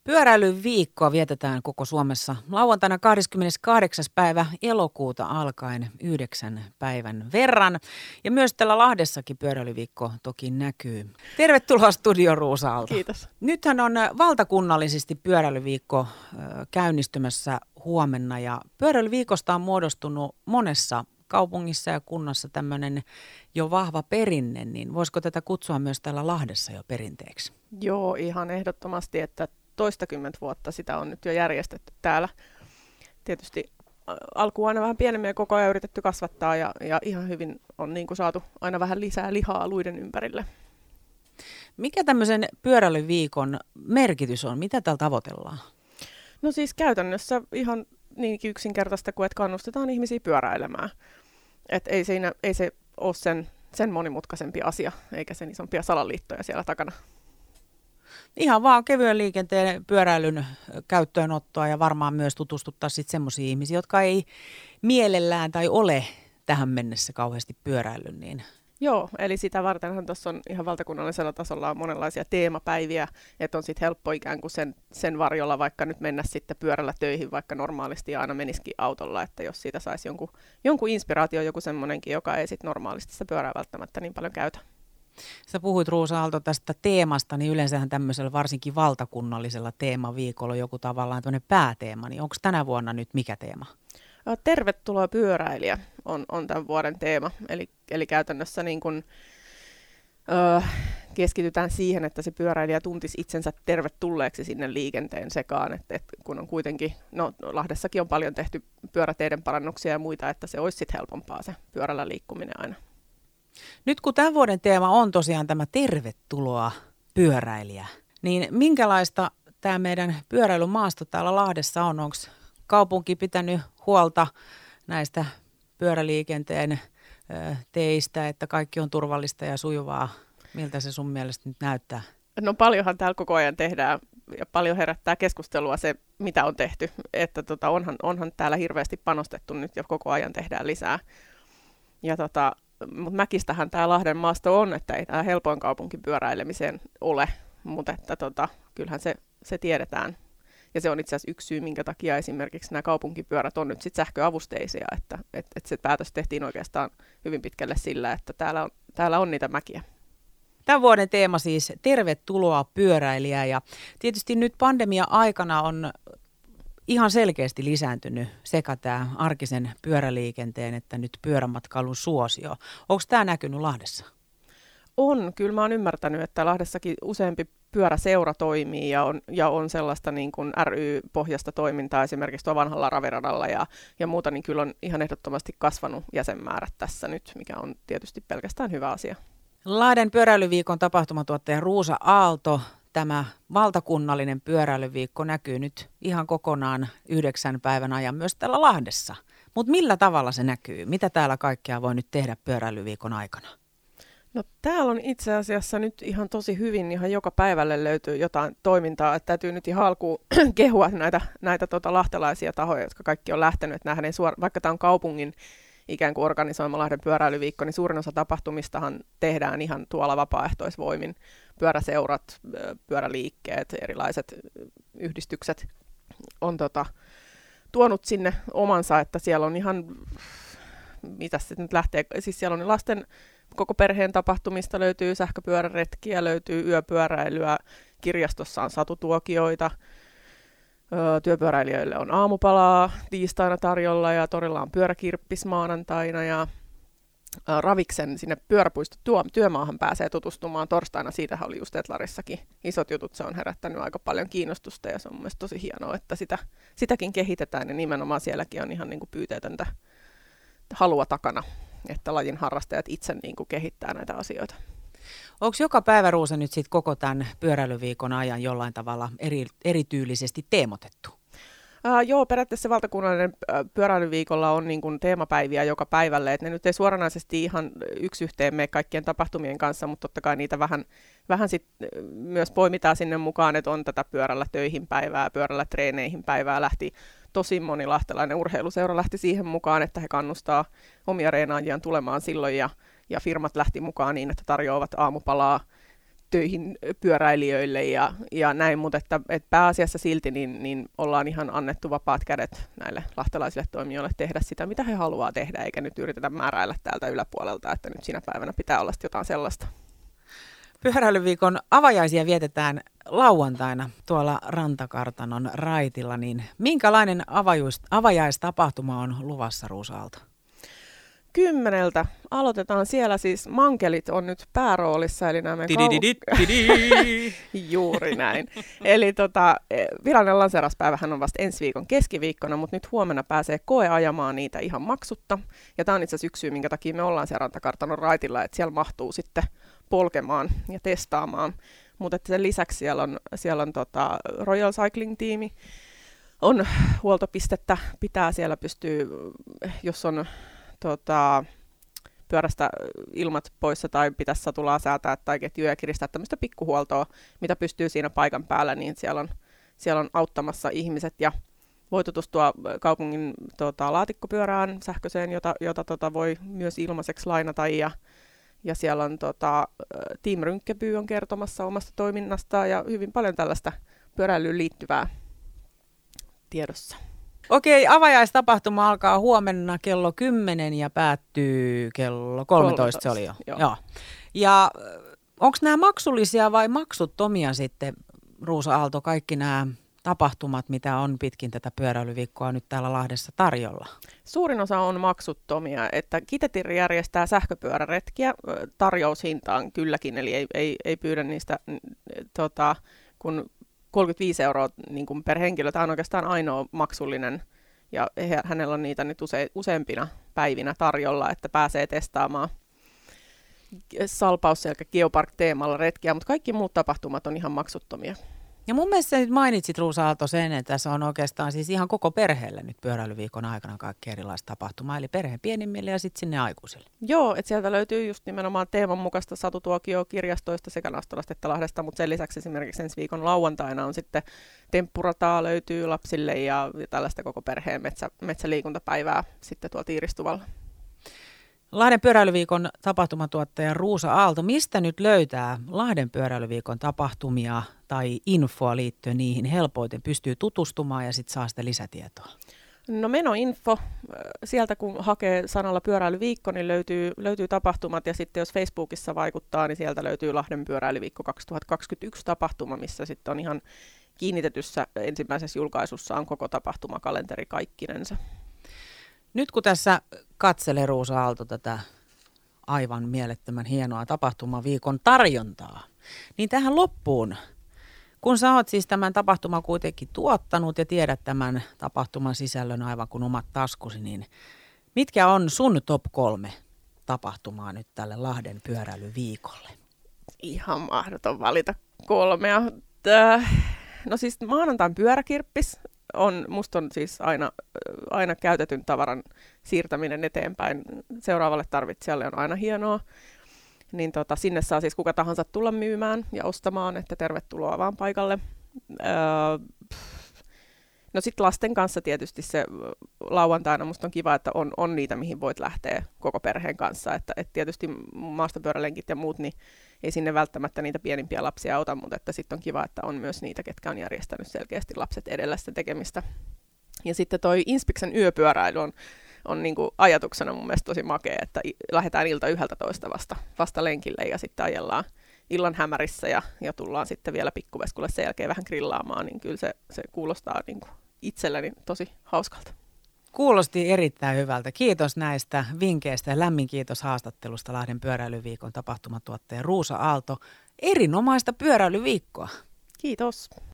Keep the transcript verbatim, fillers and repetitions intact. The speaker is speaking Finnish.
Pyöräilyn viikkoa vietetään koko Suomessa lauantaina kahdeskymmeneskahdeksas päivä elokuuta alkaen yhdeksän päivän verran. Ja myös täällä Lahdessakin pyöräilyviikko toki näkyy. Tervetuloa studio Ruusa Aalto. Kiitos. Nythän on valtakunnallisesti pyöräilyviikko käynnistymässä huomenna ja pyöräilyviikosta on muodostunut monessa kaupungissa ja kunnassa tämmöinen jo vahva perinne, niin voisiko tätä kutsua myös täällä Lahdessa jo perinteeksi? Joo, ihan ehdottomasti, että toistakymmentä vuotta sitä on nyt jo järjestetty täällä. Tietysti alkuun aina vähän pienemmin ja koko ajan yritetty kasvattaa ja, ja ihan hyvin on niin kuin saatu aina vähän lisää lihaa luiden ympärille. Mikä tämmöisen pyöräilyviikon merkitys on? Mitä täällä tavoitellaan? No siis käytännössä ihan niinkin yksinkertaista kuin, että kannustetaan ihmisiä pyöräilemään. Et ei, siinä, ei se ole sen, sen monimutkaisempi asia, eikä sen isompia salaliittoja siellä takana. Ihan vaan kevyen liikenteen pyöräilyn käyttöönottoa ja varmaan myös tutustuttaa sitten semmoisia ihmisiä, jotka ei mielellään tai ole tähän mennessä kauheasti pyöräillyt. Niin. Joo, eli sitä vartenhan tuossa on ihan valtakunnallisella tasolla on monenlaisia teemapäiviä, että on sitten helppo ikään kuin sen, sen varjolla vaikka nyt mennä sitten pyörällä töihin, vaikka normaalisti aina menisikin autolla, että jos siitä saisi jonkun, jonkun inspiraatio, joku semmoinenkin, joka ei sitten normaalisti sitä pyörää välttämättä niin paljon käytä. Sä puhuit Ruusa Aalto tästä teemasta, niin yleensähän tämmöisellä varsinkin valtakunnallisella teemaviikolla joku tavallaan tämmöinen pääteema, niin onko tänä vuonna nyt mikä teema? Tervetuloa pyöräilijä on, on tämän vuoden teema, eli, eli käytännössä niin kun, ö, keskitytään siihen, että se pyöräilijä tuntisi itsensä tervetulleeksi sinne liikenteen sekaan, että et, kun on kuitenkin, no Lahdessakin on paljon tehty pyöräteiden parannuksia ja muita, että se olisi sitten helpompaa se pyörällä liikkuminen aina. Nyt kun tämän vuoden teema on tosiaan tämä tervetuloa pyöräilijä, niin minkälaista tämä meidän pyöräilymaasto täällä Lahdessa on? Onko kaupunki pitänyt huolta näistä pyöräliikenteen teistä, että kaikki on turvallista ja sujuvaa? Miltä se sun mielestä nyt näyttää? No paljonhan täällä koko ajan tehdään ja paljon herättää keskustelua se, mitä on tehty. Että tota, onhan, onhan täällä hirveästi panostettu nyt ja koko ajan tehdään lisää. Ja tota, mutta mäkistähän tämä Lahden maasto on, että ei tämä helpoin kaupunki pyöräilemiseen ole, mutta että tota, kyllähän se, se tiedetään. Ja se on itse asiassa yksi syy, minkä takia esimerkiksi nämä kaupunkipyörät on nyt sitten sähköavusteisia, että et, et se päätös tehtiin oikeastaan hyvin pitkälle sillä, että täällä on, täällä on niitä mäkiä. Tämän vuoden teema siis tervetuloa pyöräilijä ja tietysti nyt pandemia-aikana on ihan selkeästi lisääntynyt sekä tämä arkisen pyöräliikenteen että nyt pyörämatkailun suosio. Onko tämä näkynyt Lahdessa? On. Kyllä mä oon ymmärtänyt, että Lahdessakin useampi pyöräseura toimii ja on, ja on sellaista niin kuin ry-pohjasta toimintaa esimerkiksi tuolla vanhalla raviradalla ja, ja muuta, niin kyllä on ihan ehdottomasti kasvanut jäsenmäärät tässä nyt, mikä on tietysti pelkästään hyvä asia. Lahden pyöräilyviikon tapahtumatuottaja Ruusa Aalto. Tämä valtakunnallinen pyöräilyviikko näkyy nyt ihan kokonaan yhdeksän päivän ajan myös täällä Lahdessa. Mutta millä tavalla se näkyy? Mitä täällä kaikkea voi nyt tehdä pyöräilyviikon aikana? No täällä on itse asiassa nyt ihan tosi hyvin, ihan joka päivälle löytyy jotain toimintaa. Että täytyy nyt ihan alkuun kehua näitä, näitä tota lahtelaisia tahoja, jotka kaikki on lähtenyt. Että näähän ei suora, vaikka tämä on kaupungin ikään kuin organisoima Lahden pyöräilyviikko, niin suurin osa tapahtumistahan tehdään ihan tuolla vapaaehtoisvoimin. Pyöräseurat, pyöräliikkeet, erilaiset yhdistykset on tota, tuonut sinne omansa, että siellä on ihan, mitä se nyt lähtee, siis siellä on lasten koko perheen tapahtumista, löytyy sähköpyöräretkiä, löytyy yöpyöräilyä, kirjastossa on satutuokioita, työpyöräilijöille on aamupalaa tiistaina tarjolla ja torilla on pyöräkirppis maanantaina ja Raviksen sinne pyöräpuistotyömaahan pääsee tutustumaan torstaina. Siitähän oli just Etlarissakin isot jutut. Se on herättänyt aika paljon kiinnostusta ja se on mun mielestä tosi hienoa, että sitä, sitäkin kehitetään ja nimenomaan sielläkin on ihan niin kuin pyyteetöntä halua takana, että lajin harrastajat itse niin kuin kehittää näitä asioita. Onko joka päivä, Ruusa, nyt sit koko tämän pyöräilyviikon ajan jollain tavalla eri, erityylisesti teemotettu? Uh, joo, periaatteessa valtakunnallinen pyöräilyviikolla on niin kuin teemapäiviä joka päivälle, että ne nyt ei suoranaisesti ihan yksi yhteen mene kaikkien tapahtumien kanssa, mutta totta kai niitä vähän, vähän sit myös poimitaan sinne mukaan, että on tätä pyörällä töihin päivää, pyörällä treeneihin päivää, lähti tosi moni lahtelainen urheiluseura lähti siihen mukaan, että he kannustaa omia reenaajiaan tulemaan silloin ja, ja firmat lähti mukaan niin, että tarjoavat aamupalaa töihin pyöräilijöille ja, ja näin, mutta että, että pääasiassa silti niin, niin ollaan ihan annettu vapaat kädet näille lahtelaisille toimijoille tehdä sitä, mitä he haluaa tehdä, eikä nyt yritetä määräillä täältä yläpuolelta, että nyt siinä päivänä pitää olla jotain sellaista. Pyöräilyviikon avajaisia vietetään lauantaina tuolla Rantakartanon raitilla, niin minkälainen avajuus, avajaistapahtuma on luvassa, Ruusa Aalto? Kymmeneltä. Aloitetaan siellä siis, mankelit on nyt pääroolissa, eli nämä kau- Juuri näin. Eli tota, virallinen lanseerauspäivähän on vasta ensi viikon keskiviikkona, mutta nyt huomenna pääsee koeajamaan niitä ihan maksutta. Ja tämä on itse asiassa yksi syy, minkä takia me ollaan siellä Rantakartanon raitilla, että siellä mahtuu sitten polkemaan ja testaamaan. Mutta sen lisäksi siellä on, siellä on tota Royal Cycling-tiimi, on huoltopistettä, pitää siellä pystyä, jos on Tota, pyörästä ilmat poissa tai pitäisi satulaa säätää tai ketjuja kiristää, tämmöistä pikkuhuoltoa, mitä pystyy siinä paikan päällä, niin siellä on, siellä on auttamassa ihmiset ja voi tutustua kaupungin tota, laatikkopyörään sähköiseen, jota, jota tota, voi myös ilmaiseksi lainata ja, ja siellä on tota, Team Rynkkäby on kertomassa omasta toiminnastaan ja hyvin paljon tällaista pyöräilyyn liittyvää tiedossa. Okei, avajaistapahtuma alkaa huomenna kello kymmenen ja päättyy kello kolmetoista, se oli jo. Joo. Joo. Ja onko nämä maksullisia vai maksuttomia sitten, Ruusa Aalto, kaikki nämä tapahtumat, mitä on pitkin tätä pyöräilyviikkoa nyt täällä Lahdessa tarjolla? Suurin osa on maksuttomia, että Kitetir järjestää sähköpyöräretkiä tarjoushintaan kylläkin, eli ei, ei, ei pyydä niistä tota, kun kolmekymmentäviisi euroa niin kuin per henkilö. Tämä on oikeastaan ainoa maksullinen ja he, hänellä on niitä nyt use, useampina päivinä tarjolla, että pääsee testaamaan Salpausselkä Geopark-teemalla retkiä, mutta kaikki muut tapahtumat on ihan maksuttomia. Ja mun mielestä nyt mainitsit, Ruusa Aalto, sen, että tässä on oikeastaan siis ihan koko perheelle nyt pyöräilyviikon aikana kaikki erilaiset tapahtumaa, eli perheen pienimmille ja sitten sinne aikuisille. Joo, että sieltä löytyy just nimenomaan teeman mukaista Satutuokio kirjastoista sekä Nastolasta että Lahdesta, mutta sen lisäksi esimerkiksi ensi viikon lauantaina on sitten temppurataa löytyy lapsille ja, ja tällaista koko perheen metsä, metsäliikuntapäivää sitten tuolla Tiiristuvalla. Lahden pyöräilyviikon tapahtumatuottaja Ruusa Aalto, mistä nyt löytää Lahden pyöräilyviikon tapahtumia tai infoa liittyen niihin helpoiten, pystyy tutustumaan ja sitten saa sitä lisätietoa? No menoinfo, sieltä kun hakee sanalla pyöräilyviikko, niin löytyy, löytyy tapahtumat ja sitten jos Facebookissa vaikuttaa, niin sieltä löytyy Lahden pyöräilyviikko kaksituhattakaksikymmentäyksi tapahtuma, missä sitten on ihan kiinnitetyssä ensimmäisessä julkaisussa on koko tapahtumakalenteri kaikkinensa. Nyt kun tässä katselee, Ruusa Aalto, tätä aivan mielettömän hienoa tapahtumaviikon tarjontaa, niin tähän loppuun, kun sä oot siis tämän tapahtuman kuitenkin tuottanut ja tiedät tämän tapahtuman sisällön aivan kuin omat taskusi, niin mitkä on sun top kolme tapahtumaa nyt tälle Lahden pyöräilyviikolle? Ihan mahdoton valita kolmea. Tää, no siis maanantain pyöräkirppis. On, musta on siis aina, aina käytetyn tavaran siirtäminen eteenpäin seuraavalle tarvitsijalle on aina hienoa. Niin tota, sinne saa siis kuka tahansa tulla myymään ja ostamaan, että tervetuloa vaan paikalle. Öö, no sitten lasten kanssa tietysti se lauantaina musta on kiva, että on, on niitä, mihin voit lähteä koko perheen kanssa. Että et tietysti maastopyörälenkit ja muut, niin ei sinne välttämättä niitä pienimpiä lapsia ota, mutta että sitten on kiva, että on myös niitä, ketkä on järjestänyt selkeästi lapset edellä sitä tekemistä. Ja sitten toi Inspiksen yöpyöräily on, on niinku ajatuksena mun mielestä tosi makea, että lähdetään ilta yhdeltä toista vasta, vasta lenkille ja sitten ajellaan illan hämärissä ja, ja tullaan sitten vielä Pikkuveskulle sen jälkeen vähän grillaamaan, niin kyllä se, se kuulostaa niinku itselleni tosi hauskalta. Kuulosti erittäin hyvältä. Kiitos näistä vinkkeistä ja lämmin kiitos haastattelusta Lahden pyöräilyviikon tapahtumatuottaja Ruusa Aalto. Erinomaista pyöräilyviikkoa. Kiitos.